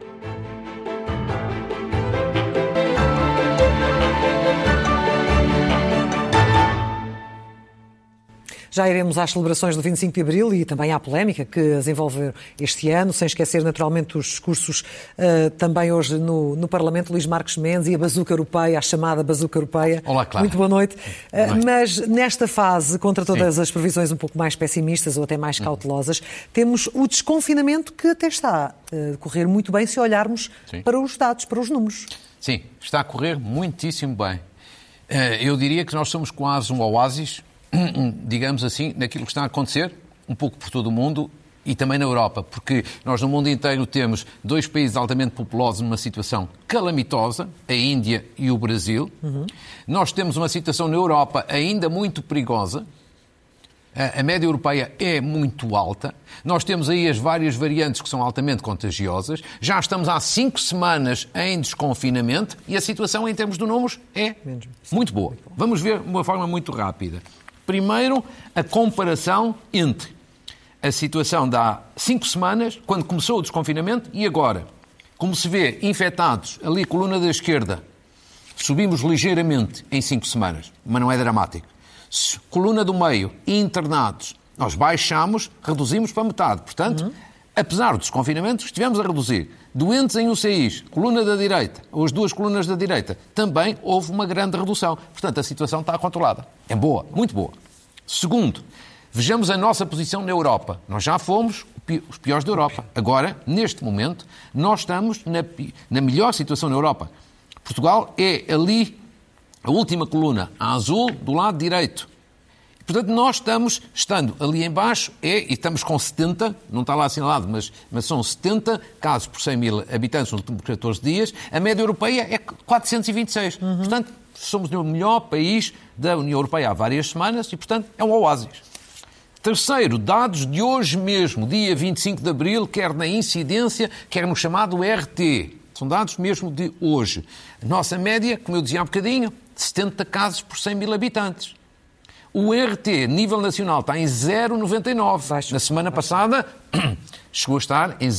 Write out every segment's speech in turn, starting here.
Já iremos às celebrações do 25 de Abril e também à polémica que as envolve este ano, sem esquecer naturalmente os discursos também hoje no Parlamento, Luís Marques Mendes e a bazuca europeia, a chamada bazuca europeia. Olá, Clara. Muito boa noite. Boa noite. Mas nesta fase, contra todas as previsões um pouco mais pessimistas ou até mais cautelosas, temos o desconfinamento que até está a correr muito bem se olharmos para os dados, para os números. Sim, está a correr muitíssimo bem. Eu diria que nós somos quase um oásis, digamos assim, naquilo que está a acontecer, um pouco por todo o mundo e também na Europa, porque nós no mundo inteiro temos dois países altamente populosos numa situação calamitosa, a Índia e o Brasil. Nós temos uma situação na Europa ainda muito perigosa. A média europeia é muito alta. Nós temos aí as várias variantes que são altamente contagiosas. Já estamos há 5 semanas em desconfinamento e a situação em termos de números é muito boa. Vamos ver de uma forma muito rápida. Primeiro, a comparação entre a situação de há 5 semanas, quando começou o desconfinamento, e agora. Como se vê, infectados, ali a coluna da esquerda, subimos ligeiramente em 5 semanas, mas não é dramático. Coluna do meio, internados, nós baixamos, reduzimos para metade. Portanto, apesar do desconfinamento, estivemos a reduzir. Doentes em UCIs, coluna da direita, ou as duas colunas da direita, também houve uma grande redução. Portanto, a situação está controlada. É boa, muito boa. Segundo, vejamos a nossa posição na Europa. Nós já fomos os piores da Europa. Agora, neste momento, nós estamos na melhor situação na Europa. Portugal é ali a última coluna, a azul, do lado direito. Portanto, nós estando ali em baixo, e estamos com 70, não está lá assinalado, mas são 70 casos por 100 mil habitantes nos últimos 14 dias. A média europeia é 426. Portanto, somos o melhor país da União Europeia há várias semanas e, portanto, é um oásis. Terceiro, dados de hoje mesmo, dia 25 de Abril, quer na incidência, quer no chamado RT. São dados mesmo de hoje. A nossa média, como eu dizia há bocadinho, 70 casos por 100 mil habitantes. O RT, nível nacional, está em 0,99. Na semana passada chegou a estar em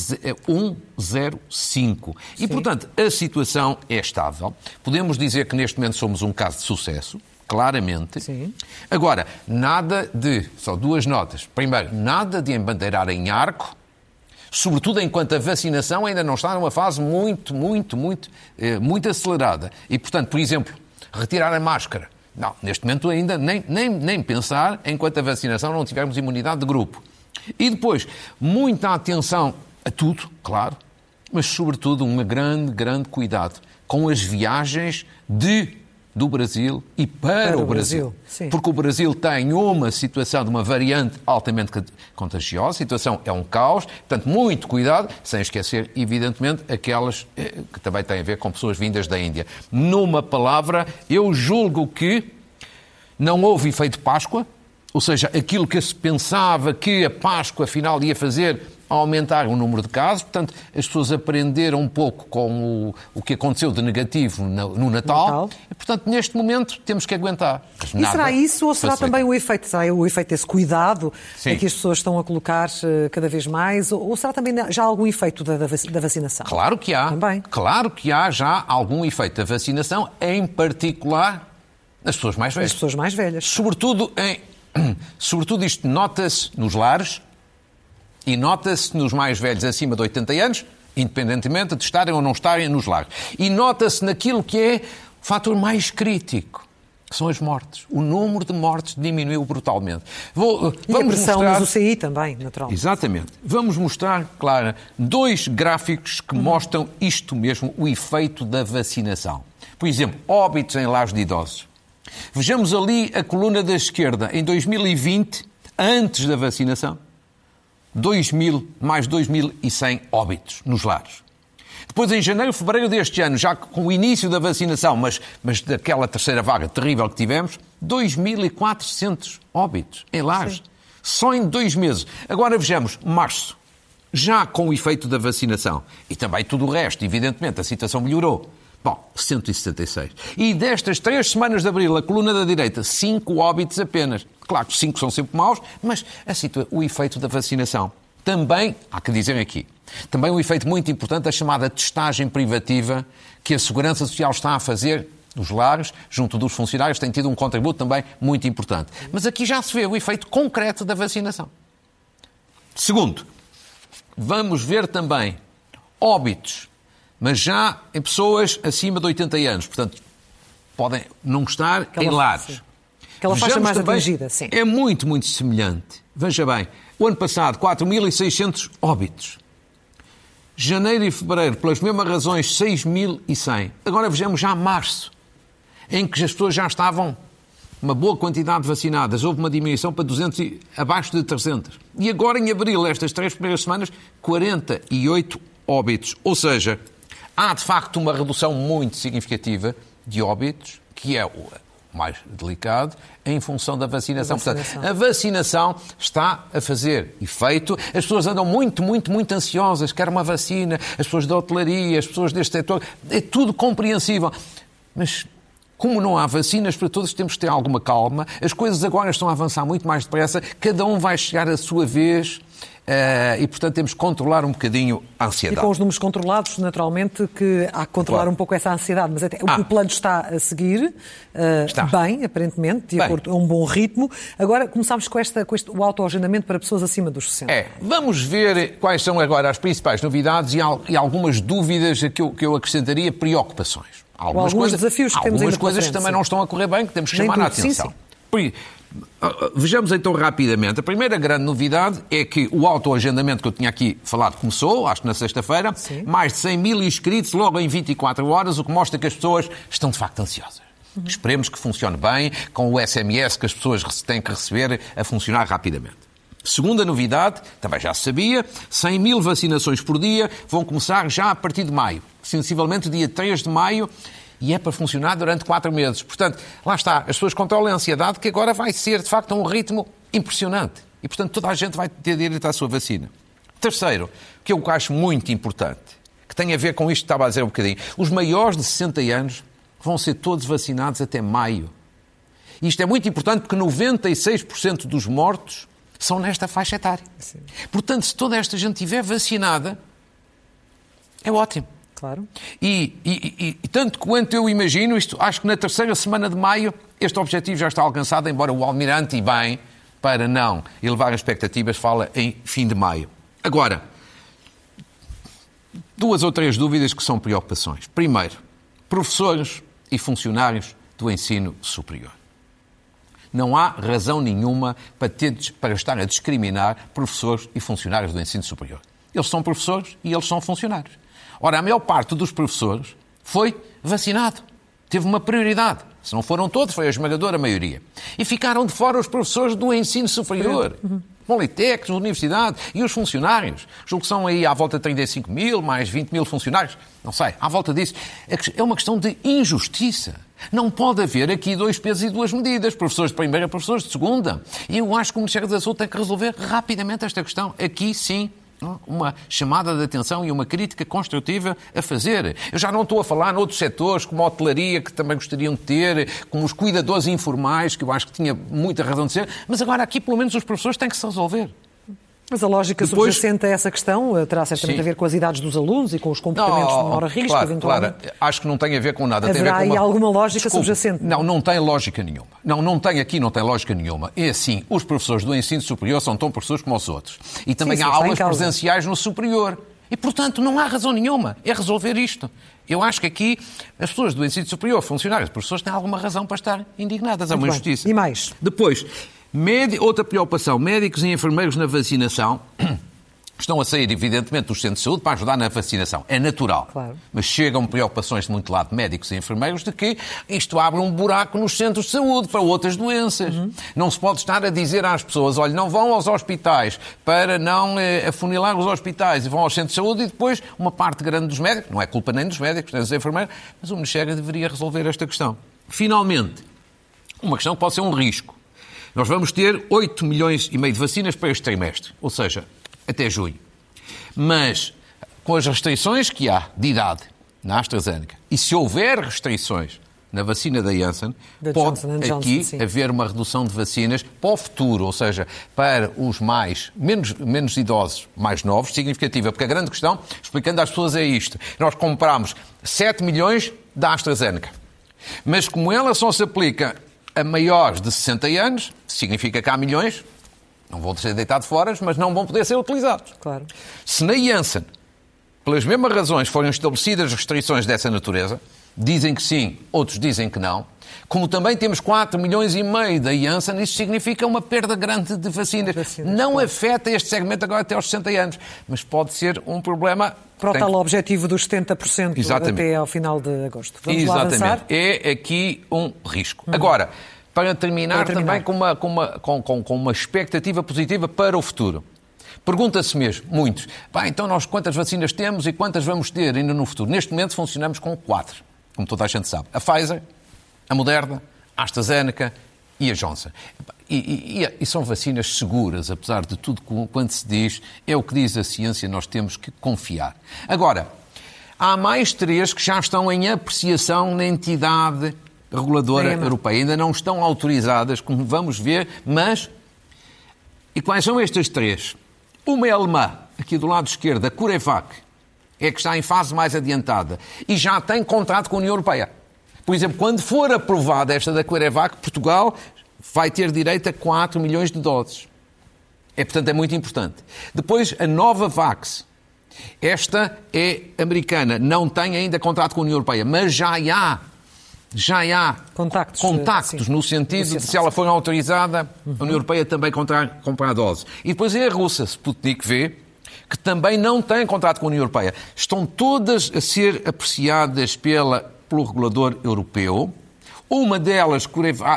1,05. E, portanto, a situação é estável. Podemos dizer que neste momento somos um caso de sucesso, claramente. Sim. Agora, nada de... Só duas notas. Primeiro, nada de embandeirar em arco, sobretudo enquanto a vacinação ainda não está numa fase muito acelerada. E, portanto, por exemplo, retirar a máscara. Não, neste momento ainda nem pensar enquanto a vacinação não tivermos imunidade de grupo. E depois, muita atenção a tudo, claro, mas sobretudo um grande cuidado com as viagens do Brasil e para o Brasil. Porque o Brasil tem uma situação de uma variante altamente contagiosa, a situação é um caos, portanto, muito cuidado, sem esquecer, evidentemente, aquelas que também têm a ver com pessoas vindas da Índia. Numa palavra, eu julgo que não houve efeito Páscoa, ou seja, aquilo que se pensava que a Páscoa afinal ia fazer aumentar o número de casos, portanto, as pessoas aprenderam um pouco com o que aconteceu de negativo no Natal. E, portanto, neste momento temos que aguentar. E será isso ou será também o efeito desse cuidado a que as pessoas estão a colocar cada vez mais, ou será também já algum efeito da vacinação? Claro que há. Também. Claro que há já algum efeito da vacinação, em particular nas pessoas mais velhas. As pessoas mais velhas. Sobretudo isto nota-se nos lares, e nota-se nos mais velhos acima de 80 anos, independentemente de estarem ou não estarem nos lares. E nota-se naquilo que é o fator mais crítico, que são as mortes. O número de mortes diminuiu brutalmente. E a pressão nos UCI também, naturalmente. Exatamente. Vamos mostrar, Clara, 2 gráficos que mostram isto mesmo, o efeito da vacinação. Por exemplo, óbitos em lares de idosos. Vejamos ali a coluna da esquerda. Em 2020, antes da vacinação, mais 2.100 óbitos nos lares. Depois, em janeiro, fevereiro deste ano, já com o início da vacinação, mas daquela terceira vaga terrível que tivemos, 2.400 óbitos em lares. Sim. Só em 2 meses. Agora vejamos, março, já com o efeito da vacinação. E também tudo o resto, evidentemente, a situação melhorou. Bom, 176. E destas 3 semanas de abril, a coluna da direita, 5 óbitos apenas. Claro que 5 são sempre maus, mas o efeito da vacinação. Também, há que dizer aqui, Também um efeito muito importante, a chamada testagem privativa, que a Segurança Social está a fazer nos lares, junto dos funcionários, tem tido um contributo também muito importante. Mas aqui já se vê o efeito concreto da vacinação. Segundo, vamos ver também óbitos, mas já em pessoas acima de 80 anos. Portanto, podem não estar em lares. Aquela faixa mais atingida, sim. É muito, muito semelhante. Veja bem, o ano passado, 4.600 óbitos. Janeiro e fevereiro, pelas mesmas razões, 6.100. Agora vejamos já março, em que as pessoas já estavam uma boa quantidade vacinadas. Houve uma diminuição para 200 abaixo de 300. E agora, em abril, estas 3 primeiras semanas, 48 óbitos. Ou seja, há de facto uma redução muito significativa de óbitos, que é o mais delicado, em função da vacinação. Portanto, a vacinação está a fazer efeito. As pessoas andam muito, muito, muito ansiosas. Querem uma vacina. As pessoas da hotelaria, as pessoas deste setor. É tudo compreensível. Mas, como não há vacinas para todos, temos que ter alguma calma. As coisas agora estão a avançar muito mais depressa. Cada um vai chegar à sua vez. E, portanto, temos que controlar um bocadinho a ansiedade. E com os números controlados, naturalmente, que há que controlar um pouco essa ansiedade. Mas até, o plano está a seguir bem, aparentemente, de acordo a um bom ritmo. Agora, começámos com o autoagendamento para pessoas acima dos 60. Vamos ver quais são agora as principais novidades e algumas dúvidas que eu acrescentaria, preocupações. Alguns desafios que temos ainda algumas coisas que também não estão a correr bem, que temos que chamar a atenção. Sim. Vejamos então rapidamente. A primeira grande novidade é que o autoagendamento que eu tinha aqui falado começou, acho que na sexta-feira, mais de 100 mil inscritos logo em 24 horas, o que mostra que as pessoas estão de facto ansiosas. Esperemos que funcione bem, com o SMS que as pessoas têm que receber a funcionar rapidamente. Segunda novidade, também já se sabia, 100 mil vacinações por dia vão começar já a partir de maio, sensivelmente dia 3 de maio, e é para funcionar durante 4 meses. Portanto, lá está, as pessoas controlam a ansiedade, que agora vai ser, de facto, a um ritmo impressionante. E, portanto, toda a gente vai ter direito à sua vacina. Terceiro, que eu acho muito importante, que tem a ver com isto que estava a dizer um bocadinho, os maiores de 60 anos vão ser todos vacinados até maio. E isto é muito importante porque 96% dos mortos são nesta faixa etária. Sim. Portanto, se toda esta gente estiver vacinada, é ótimo. Claro. E tanto quanto eu imagino, acho que na terceira semana de maio este objetivo já está alcançado, embora o Almirante, e bem, para não elevar as expectativas, fala em fim de maio. Agora, 2 ou 3 dúvidas que são preocupações. Primeiro, professores e funcionários do ensino superior. Não há razão nenhuma para estar a discriminar professores e funcionários do ensino superior. Eles são professores e eles são funcionários. Ora, a maior parte dos professores foi vacinado. Teve uma prioridade. Se não foram todos, foi a esmagadora maioria. E ficaram de fora os professores do ensino superior. Politécnicos, universidade e os funcionários. Julgo que são aí à volta de 35 mil, mais 20 mil funcionários. Não sei, à volta disso. É uma questão de injustiça. Não pode haver aqui 2 pesos e 2 medidas. Professores de primeira, professores de segunda. E eu acho que o Ministério da Saúde tem que resolver rapidamente esta questão. Aqui, sim, uma chamada de atenção e uma crítica construtiva a fazer. Eu já não estou a falar noutros setores, como a hotelaria, que também gostariam de ter, como os cuidadores informais, que eu acho que tinha muita razão de ser, mas agora aqui, pelo menos, os professores têm que se resolver. Mas a lógica subjacente a essa questão terá certamente a ver com as idades dos alunos e com os comportamentos de menor risco, claro, eventualmente. Claro, acho que não tem a ver com nada. Haverá tem a ver com alguma lógica subjacente? Não tem lógica nenhuma. Não tem lógica nenhuma. É assim, os professores do ensino superior são tão professores como os outros. E também há aulas presenciais no superior. E, portanto, não há razão nenhuma. É resolver isto. Eu acho que aqui as pessoas do ensino superior, funcionários, professores, têm alguma razão para estar indignadas. É uma injustiça. E mais? Depois, outra preocupação, médicos e enfermeiros na vacinação estão a sair, evidentemente, dos centros de saúde para ajudar na vacinação. É natural. Claro. Mas chegam preocupações de muito lado de médicos e enfermeiros de que isto abre um buraco nos centros de saúde para outras doenças. Não se pode estar a dizer às pessoas, olha, não vão aos hospitais para não afunilar os hospitais e vão aos centros de saúde e depois uma parte grande dos médicos, não é culpa nem dos médicos, nem dos enfermeiros, mas o Ministério deveria resolver esta questão. Finalmente, uma questão que pode ser um risco. Nós vamos ter 8,5 milhões de vacinas para este trimestre, ou seja, até junho. Mas, com as restrições que há de idade na AstraZeneca, e se houver restrições na vacina da Janssen, da pode Johnson aqui Johnson, haver uma redução de vacinas para o futuro, ou seja, para os menos idosos, mais novos, significativa. Porque a grande questão, explicando às pessoas, é isto. Nós compramos 7 milhões da AstraZeneca. Mas como ela só se aplica a maiores de 60 anos, significa que há milhões, não vão ser deitados fora, mas não vão poder ser utilizados. Claro. Se na Janssen, pelas mesmas razões, forem estabelecidas restrições dessa natureza, dizem que sim, outros dizem que não, como também temos 4 milhões e meio da Janssen, isso significa uma perda grande de vacinas. Não claro. afeta este segmento agora até aos 60 anos, mas pode ser um problema... Para o tal objetivo dos 70% Exatamente. até ao final de agosto. Vamos Exatamente. lá avançar? É aqui um risco. Agora, para terminar também com uma expectativa positiva para o futuro. Pergunta-se mesmo, muitos, então nós quantas vacinas temos e quantas vamos ter ainda no futuro? Neste momento funcionamos com 4, como toda a gente sabe. A Pfizer, a Moderna, a AstraZeneca e a Johnson. E são vacinas seguras, apesar de tudo quanto se diz, é o que diz a ciência, nós temos que confiar. Agora, há mais 3 que já estão em apreciação na entidade reguladora europeia. Ainda não estão autorizadas, como vamos ver, mas... E quais são estas 3? Uma é alemã, aqui do lado esquerdo, a CureVac, é que está em fase mais adiantada e já tem contrato com a União Europeia. Por exemplo, quando for aprovada esta da CureVac, Portugal vai ter direito a 4 milhões de doses. Portanto, é muito importante. Depois, a Novavax. Esta é americana, não tem ainda contrato com a União Europeia, mas já há contactos no sentido de, se ela for autorizada, a União Europeia também comprar a dose. E depois é a russa, Sputnik V, que também não tem contrato com a União Europeia. Estão todas a ser apreciadas pelo regulador europeu. Uma delas,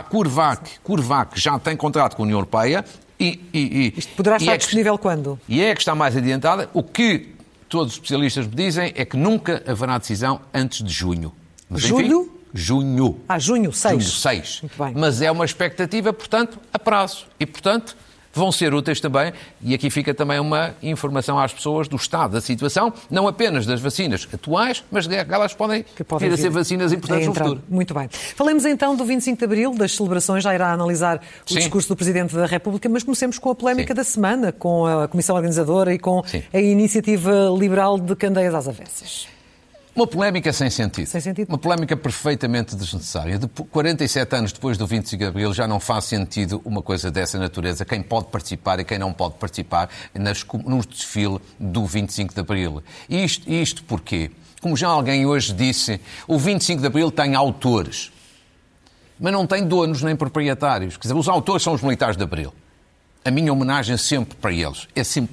CureVac, já tem contrato com a União Europeia. Isto poderá estar disponível quando? E é que está mais adiantada. O que todos os especialistas me dizem é que nunca haverá decisão antes de junho. Mas, julho? Enfim, junho. Junho 6. Junho 6. Muito bem. Mas é uma expectativa, portanto, a prazo. E, portanto, vão ser úteis também. E aqui fica também uma informação às pessoas do estado da situação, não apenas das vacinas atuais, mas que elas podem vir a ser vacinas importantes no futuro. Muito bem. Falemos então do 25 de Abril, das celebrações, já irá analisar o discurso do Presidente da República, mas comecemos com a polémica da semana, com a Comissão Organizadora e com a Iniciativa Liberal de Candeias às Avessas. Uma polémica sem sentido. Sem sentido. Uma polémica perfeitamente desnecessária. 47 anos depois do 25 de Abril já não faz sentido uma coisa dessa natureza. Quem pode participar e quem não pode participar no desfile do 25 de Abril. Isto porquê? Como já alguém hoje disse, o 25 de Abril tem autores, mas não tem donos nem proprietários. Quer dizer, os autores são os militares de Abril. A minha homenagem é sempre para eles. É sempre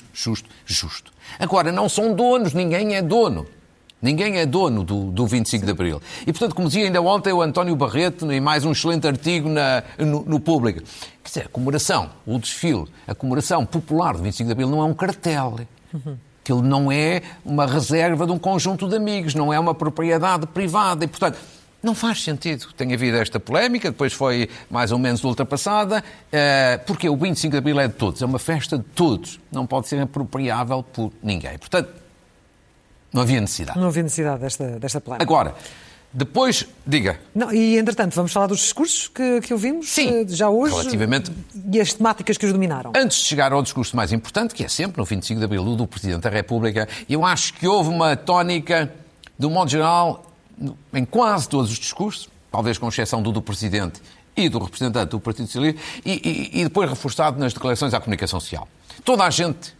justo. Agora, não são donos, ninguém é dono. Ninguém é dono do 25 de Abril. E, portanto, como dizia ainda ontem o António Barreto, em mais um excelente artigo no Público, quer dizer, a comemoração, o desfile, a comemoração popular do 25 de Abril não é um cartel. Aquilo não é uma reserva de um conjunto de amigos, não é uma propriedade privada. E, portanto, não faz sentido. Tem havido esta polémica, depois foi mais ou menos ultrapassada, porque o 25 de Abril é de todos, é uma festa de todos. Não pode ser apropriável por ninguém. Portanto, não havia necessidade. Não havia necessidade desta polémica. Agora, depois, diga. Não, e, entretanto, vamos falar dos discursos que ouvimos já hoje. Relativamente. E as temáticas que os dominaram. Antes de chegar ao discurso mais importante, que é sempre no 25 de Abril, o do Presidente da República, eu acho que houve uma tónica, de um modo geral, em quase todos os discursos, talvez com exceção do Presidente e do representante do Partido Socialista, e depois reforçado nas declarações à comunicação social. Toda a gente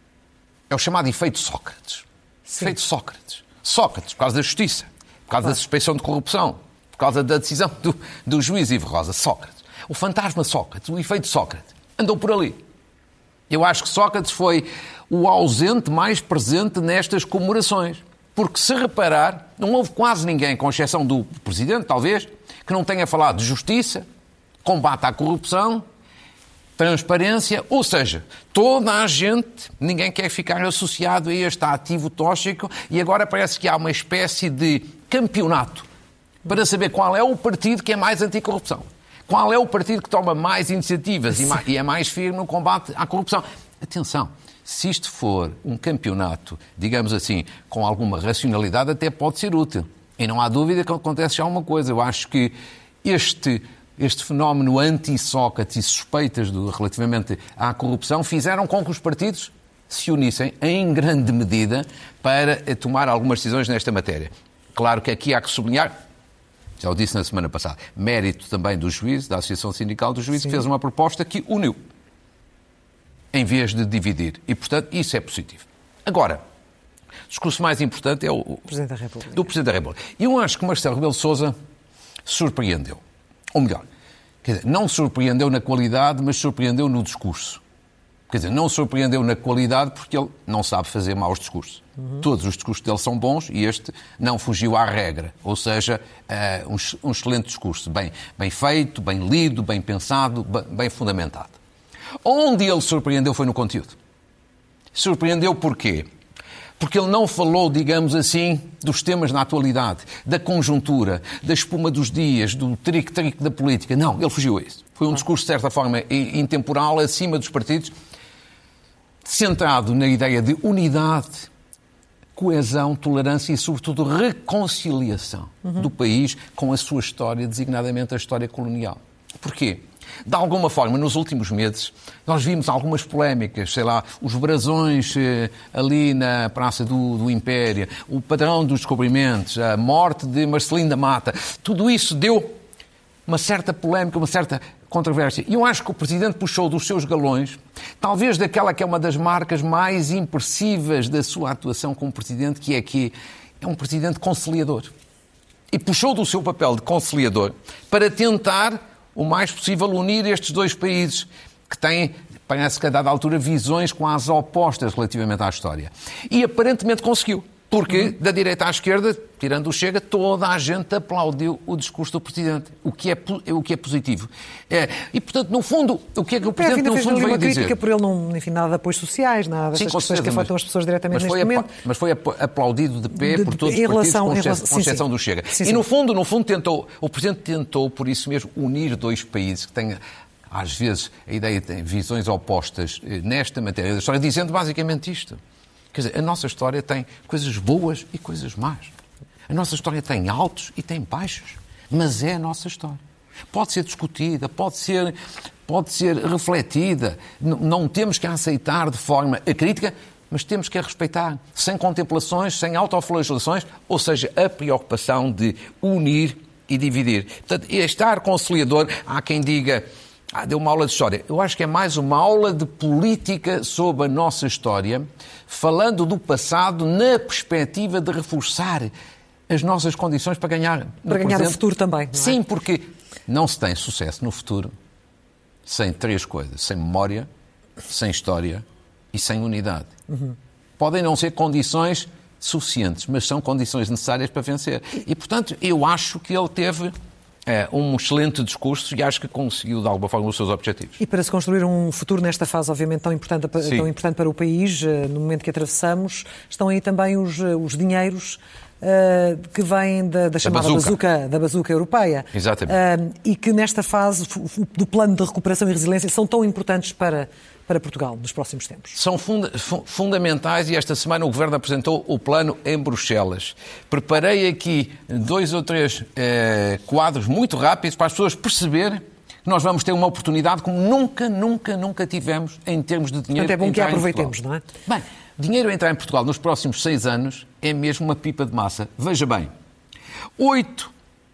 é o chamado efeito Sócrates. Efeito Sócrates. Sócrates, por causa da justiça, por causa da suspeição de corrupção, por causa da decisão do juiz Ivo Rosa. Sócrates. O fantasma Sócrates, o efeito Sócrates, andou por ali. Eu acho que Sócrates foi o ausente mais presente nestas comemorações. Porque, se reparar, não houve quase ninguém, com exceção do Presidente, talvez, que não tenha falado de justiça, combate à corrupção, transparência, ou seja, toda a gente, ninguém quer ficar associado a este ativo tóxico e agora parece que há uma espécie de campeonato para saber qual é o partido que é mais anticorrupção. Qual é o partido que toma mais iniciativas e é mais firme no combate à corrupção. Atenção, se isto for um campeonato, digamos assim, com alguma racionalidade, até pode ser útil. E não há dúvida que acontece já uma coisa. Eu acho que este fenómeno anti-Sócrates e suspeitas relativamente à corrupção fizeram com que os partidos se unissem em grande medida para tomar algumas decisões nesta matéria. Claro que aqui há que sublinhar, já o disse na semana passada, mérito também do juízo, da Associação Sindical do Juízo, que fez uma proposta que uniu, em vez de dividir. E, portanto, isso é positivo. Agora, o discurso mais importante é o Presidente da República. do Presidente da República. E eu acho que Marcelo Rebelo de Sousa surpreendeu. Ou melhor, quer dizer, não surpreendeu na qualidade, mas surpreendeu no discurso. Quer dizer, não surpreendeu na qualidade porque ele não sabe fazer maus discursos. Todos os discursos dele são bons e este não fugiu à regra. Ou seja, um excelente discurso. Bem feito, bem lido, bem pensado, bem fundamentado. Onde ele surpreendeu foi no conteúdo. Surpreendeu porquê? Porque ele não falou, digamos assim, dos temas na atualidade, da conjuntura, da espuma dos dias, do trique-trique da política. Não, ele fugiu a isso. Foi um discurso, de certa forma, intemporal, acima dos partidos, centrado na ideia de unidade, coesão, tolerância e, sobretudo, reconciliação do país com a sua história, designadamente a história colonial. Porquê? De alguma forma, nos últimos meses, nós vimos algumas polémicas, sei lá, os brasões ali na Praça do Império, o padrão dos descobrimentos, a morte de Marcelino da Mata. Tudo isso deu uma certa polémica, uma certa controvérsia. E eu acho que o Presidente puxou dos seus galões, talvez daquela que é uma das marcas mais impressivas da sua atuação como Presidente, que é um Presidente conciliador. E puxou do seu papel de conciliador para tentar o mais possível unir estes dois países que têm, parece que a dada altura, visões quase opostas relativamente à história. E aparentemente conseguiu, porque da direita à esquerda, tirando o Chega, toda a gente aplaudiu o discurso do Presidente, o que é positivo. E, portanto, no fundo, o que é que o Presidente no fundo veio dizer? Crítica por ele não, enfim, nada de apoios sociais, nada dessas questões que afetam as pessoas diretamente neste momento. Mas foi aplaudido de pé por todos os partidos, com exceção do Chega. Sim. E no fundo, o Presidente tentou, por isso mesmo, unir dois países que têm, às vezes, a ideia de visões opostas nesta matéria da história, dizendo basicamente isto. Quer dizer, a nossa história tem coisas boas e coisas más. A nossa história tem altos e tem baixos. Mas é a nossa história. Pode ser discutida, pode ser refletida. Não temos que a aceitar de forma crítica, mas temos que a respeitar, sem contemplações, sem autoflagelações, ou seja, a preocupação de unir e dividir. Portanto, estar conciliador, há quem diga, deu uma aula de história. Eu acho que é mais uma aula de política sobre a nossa história, falando do passado na perspectiva de reforçar as nossas condições para ganhar o futuro também, não é? Sim, porque não se tem sucesso no futuro sem três coisas: sem memória, sem história e sem unidade. Podem não ser condições suficientes, mas são condições necessárias para vencer. E, portanto, eu acho que ele teve um excelente discurso e acho que conseguiu, de alguma forma, os seus objetivos. E para se construir um futuro nesta fase, obviamente, tão importante para o país, no momento que atravessamos, estão aí também os dinheiros que vêm da chamada bazuca europeia. Exatamente. E que nesta fase do plano de recuperação e resiliência são tão importantes para Portugal nos próximos tempos. São fundamentais e esta semana o Governo apresentou o plano em Bruxelas. Preparei aqui 2 ou 3 quadros muito rápidos para as pessoas perceberem que nós vamos ter uma oportunidade como nunca tivemos em termos de dinheiro. Portanto, é bom que a aproveitemos, não é? Bem, dinheiro a entrar em Portugal nos próximos 6 anos é mesmo uma pipa de massa. Veja bem, 8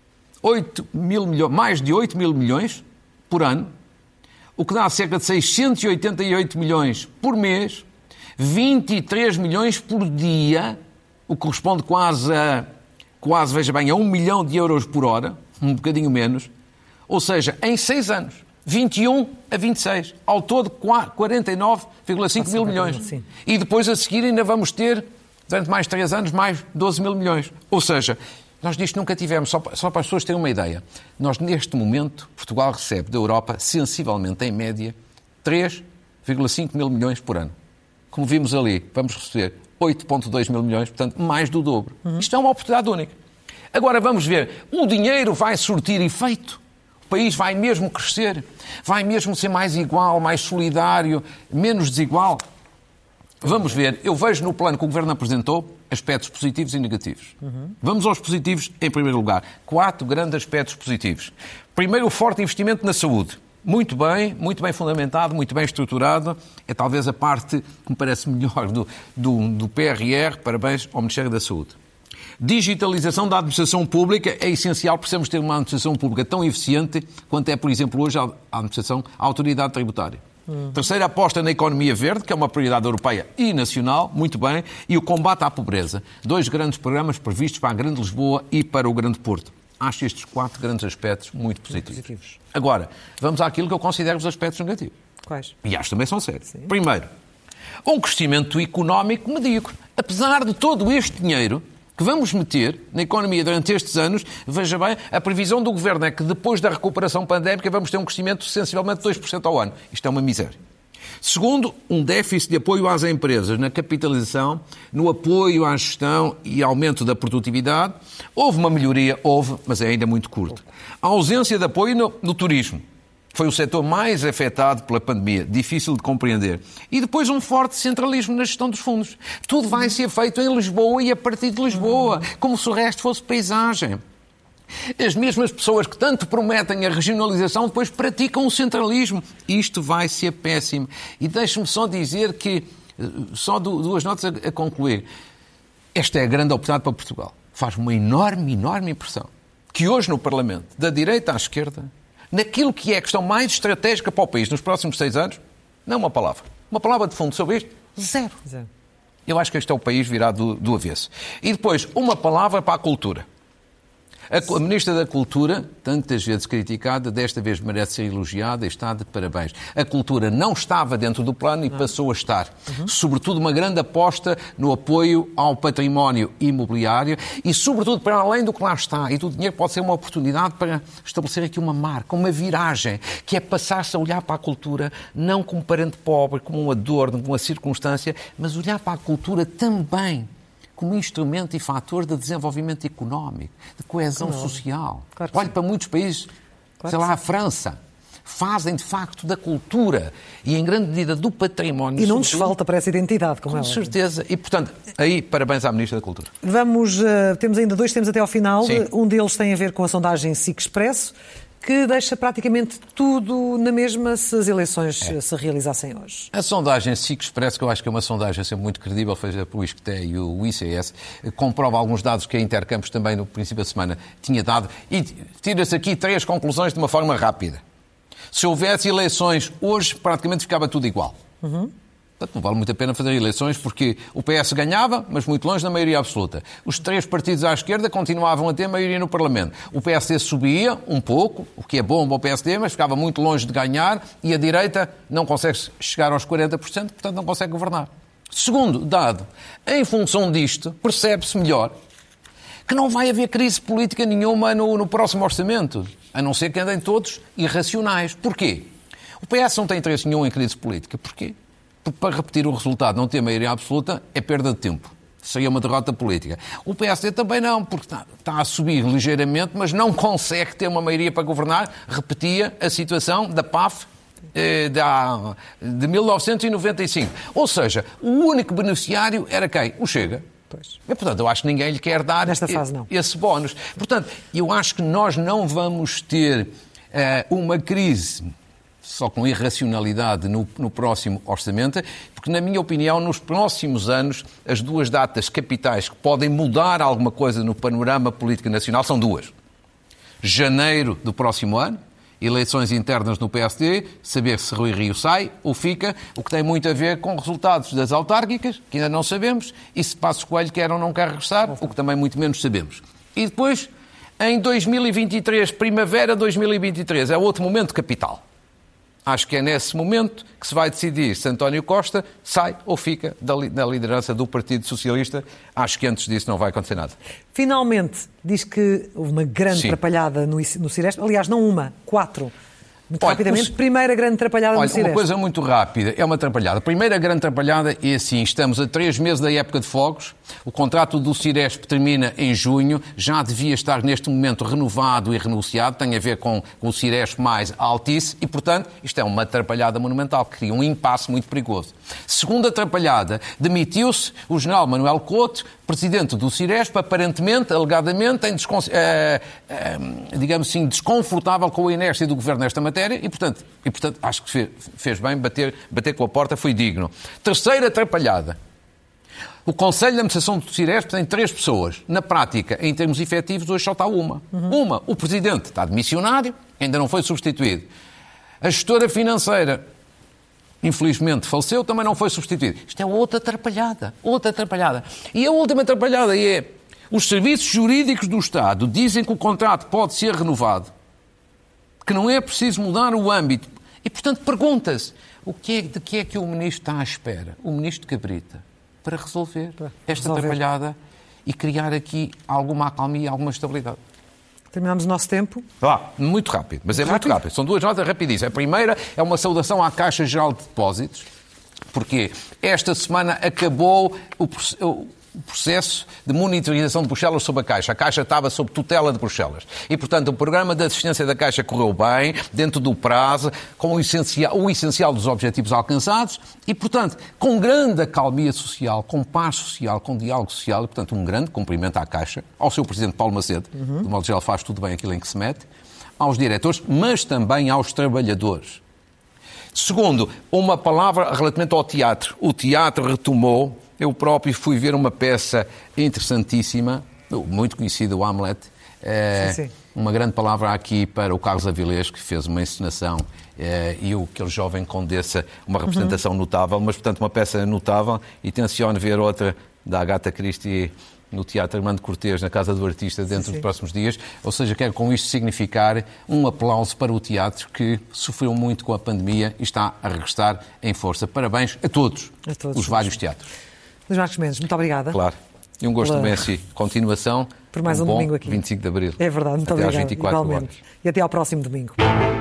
mil milhões, mais de 8 mil milhões por ano, o que dá cerca de 688 milhões por mês, 23 milhões por dia, o que corresponde quase, veja bem, a 1 milhão de euros por hora, um bocadinho menos, ou seja, em 6 anos, 21 a 26, ao todo 49,5 mil milhões. Sim. E depois a seguir ainda vamos ter, durante mais 3 anos, mais 12 mil milhões. Ou seja, nós disto nunca tivemos, só para as pessoas terem uma ideia. Nós, neste momento, Portugal recebe da Europa, sensivelmente, em média, 3,5 mil milhões por ano. Como vimos ali, vamos receber 8,2 mil milhões, portanto, mais do dobro. Isto é uma oportunidade única. Agora vamos ver, o dinheiro vai surtir efeito? O país vai mesmo crescer? Vai mesmo ser mais igual, mais solidário, menos desigual? Vamos ver. Eu vejo no plano que o Governo apresentou aspectos positivos e negativos. Vamos aos positivos em primeiro lugar. 4 grandes aspectos positivos. Primeiro, o forte investimento na saúde. Muito bem fundamentado, muito bem estruturado. É talvez a parte que me parece melhor do PRR. Parabéns ao Ministério da Saúde. Digitalização da administração pública é essencial. Precisamos ter uma administração pública tão eficiente quanto é, por exemplo, hoje a Autoridade Tributária. Terceira, aposta na economia verde, que é uma prioridade europeia e nacional, muito bem, e o combate à pobreza. 2 grandes programas previstos para a Grande Lisboa e para o Grande Porto. Acho estes 4 grandes aspectos muito positivos. Agora, vamos àquilo que eu considero os aspectos negativos. Quais? E acho também são sérios. Sim. Primeiro, um crescimento económico medíocre. Apesar de todo este dinheiro que vamos meter na economia durante estes anos, veja bem, a previsão do Governo é que depois da recuperação pandémica vamos ter um crescimento sensivelmente de 2% ao ano. Isto é uma miséria. Segundo, um déficit de apoio às empresas na capitalização, no apoio à gestão e aumento da produtividade. Houve uma melhoria, mas é ainda muito curta. A ausência de apoio no turismo. Foi o setor mais afetado pela pandemia, difícil de compreender. E depois um forte centralismo na gestão dos fundos. Tudo vai ser feito em Lisboa e a partir de Lisboa, como se o resto fosse paisagem. As mesmas pessoas que tanto prometem a regionalização depois praticam o centralismo. Isto vai ser péssimo. E deixe-me só dizer que, só 2 notas a concluir. Esta é a grande oportunidade para Portugal. Faz uma enorme impressão que hoje no Parlamento, da direita à esquerda, naquilo que é a questão mais estratégica para o país nos próximos 6 anos, não uma palavra. Uma palavra de fundo sobre isto, zero. Eu acho que este é o país virado do avesso. E depois, uma palavra para a cultura. A Ministra da Cultura, tantas vezes criticada, desta vez merece ser elogiada e está de parabéns. A cultura não estava dentro do plano e passou a estar. Sobretudo uma grande aposta no apoio ao património imobiliário e, sobretudo, para além do que lá está. E do dinheiro pode ser uma oportunidade para estabelecer aqui uma marca, uma viragem, que é passar-se a olhar para a cultura não como parente pobre, como uma dor, como uma circunstância, mas olhar para a cultura também como instrumento e fator de desenvolvimento económico, de coesão social. Claro que Olhe sim. para muitos países, sei lá, a França, fazem de facto da cultura e em grande medida do património. E não nos falta para essa identidade, como é Com óbvio. certeza. E, portanto, aí, parabéns à Ministra da Cultura. Temos ainda 2 temas até ao final. Sim. Um deles tem a ver com a sondagem SIC Expresso, que deixa praticamente tudo na mesma se as eleições se realizassem hoje. A sondagem SIC Expresso, que eu acho que é uma sondagem sempre muito credível, feita pelo ISCTE e o ICS, comprova alguns dados que a Intercampos também no princípio da semana tinha dado e tira-se aqui 3 conclusões de uma forma rápida. Se houvesse eleições hoje, praticamente ficava tudo igual. Portanto, não vale muito a pena fazer eleições porque o PS ganhava, mas muito longe da maioria absoluta. Os 3 partidos à esquerda continuavam a ter maioria no Parlamento. O PSD subia um pouco, o que é bom para o PSD, mas ficava muito longe de ganhar e a direita não consegue chegar aos 40%, portanto não consegue governar. Segundo dado, em função disto, percebe-se melhor que não vai haver crise política nenhuma no próximo orçamento, a não ser que andem todos irracionais. Porquê? O PS não tem interesse nenhum em crise política. Porquê? Porque para repetir o resultado, não ter maioria absoluta, é perda de tempo. Seria uma derrota política. O PSD também não, porque está a subir ligeiramente, mas não consegue ter uma maioria para governar. Repetia a situação da PAF de 1995. Ou seja, o único beneficiário era quem? O Chega. Pois. E, portanto, eu acho que ninguém lhe quer dar Nesta fase, não. esse bónus. Portanto, eu acho que nós não vamos ter uma crise só com irracionalidade no próximo orçamento, porque, na minha opinião, nos próximos anos, as 2 datas capitais que podem mudar alguma coisa no panorama político nacional são 2. Janeiro do próximo ano, eleições internas no PSD, saber se Rui Rio sai ou fica, o que tem muito a ver com resultados das autárquicas, que ainda não sabemos, e se Passos Coelho quer ou não quer regressar, o que também muito menos sabemos. E depois, em 2023, primavera de 2023, é outro momento capital. Acho que é nesse momento que se vai decidir se António Costa sai ou fica da liderança do Partido Socialista. Acho que antes disso não vai acontecer nada. Finalmente, diz que houve uma grande atrapalhada no Ciresp. Aliás, não uma, 4. Muito rapidamente, primeira grande atrapalhada no Ciresp. Uma coisa muito rápida, é uma atrapalhada. Primeira grande atrapalhada é assim, estamos a 3 meses da época de fogos, o contrato do Ciresp termina em junho, já devia estar neste momento renovado e renunciado, tem a ver com o Ciresp mais a Altice e, portanto, isto é uma atrapalhada monumental, que cria um impasse muito perigoso. Segunda atrapalhada, demitiu-se o general Manuel Couto, presidente do Ciresp, aparentemente, alegadamente, digamos assim, desconfortável com a inércia do governo nesta matéria e, portanto acho que fez bem, bater com a porta foi digno. Terceira atrapalhada. O Conselho de Administração do Ciresp tem 3 pessoas. Na prática, em termos efetivos, hoje só está uma. O presidente está de missionário, ainda não foi substituído. A gestora financeira, infelizmente, faleceu, também não foi substituída. Isto é outra atrapalhada. E a última atrapalhada é: os serviços jurídicos do Estado dizem que o contrato pode ser renovado, que não é preciso mudar o âmbito. E, portanto, pergunta-se, de que é que o Ministro está à espera? O Ministro Cabrita, para resolver esta atrapalhada e criar aqui alguma acalmia, alguma estabilidade. Terminamos o nosso tempo. Muito rápido, mas é muito rápido. São 2 notas rapidíssimas. A primeira é uma saudação à Caixa Geral de Depósitos, porque esta semana acabou o processo de monitorização de Bruxelas sobre a Caixa. A Caixa estava sob tutela de Bruxelas. E, portanto, o programa de assistência da Caixa correu bem, dentro do prazo, com o essencial dos objetivos alcançados e, portanto, com grande acalmia social, com paz social, com diálogo social e, portanto, um grande cumprimento à Caixa, ao seu Presidente Paulo Macedo, de modo geral faz tudo bem aquilo em que se mete, aos diretores, mas também aos trabalhadores. Segundo, uma palavra relativamente ao teatro. O teatro retomou. Eu próprio fui ver uma peça interessantíssima, muito conhecida, o Hamlet. Sim. Uma grande palavra aqui para o Carlos Avilés, que fez uma encenação, e aquele jovem Condessa, uma representação notável, mas, portanto, uma peça notável. E tenciono ver outra da Agatha Christie no Teatro Armando Cortês, na Casa do Artista, dentro dos próximos dias. Ou seja, quero com isto significar um aplauso para o teatro, que sofreu muito com a pandemia e está a regressar em força. Parabéns a todos os vários teatros. Luís Marques Mendes, muito obrigada. Claro. E um gosto imenso. Continuação. Por mais um domingo aqui. 25 de Abril. É verdade, muito obrigada. obrigada. Até às 24 igualmente. horas. E até ao próximo domingo.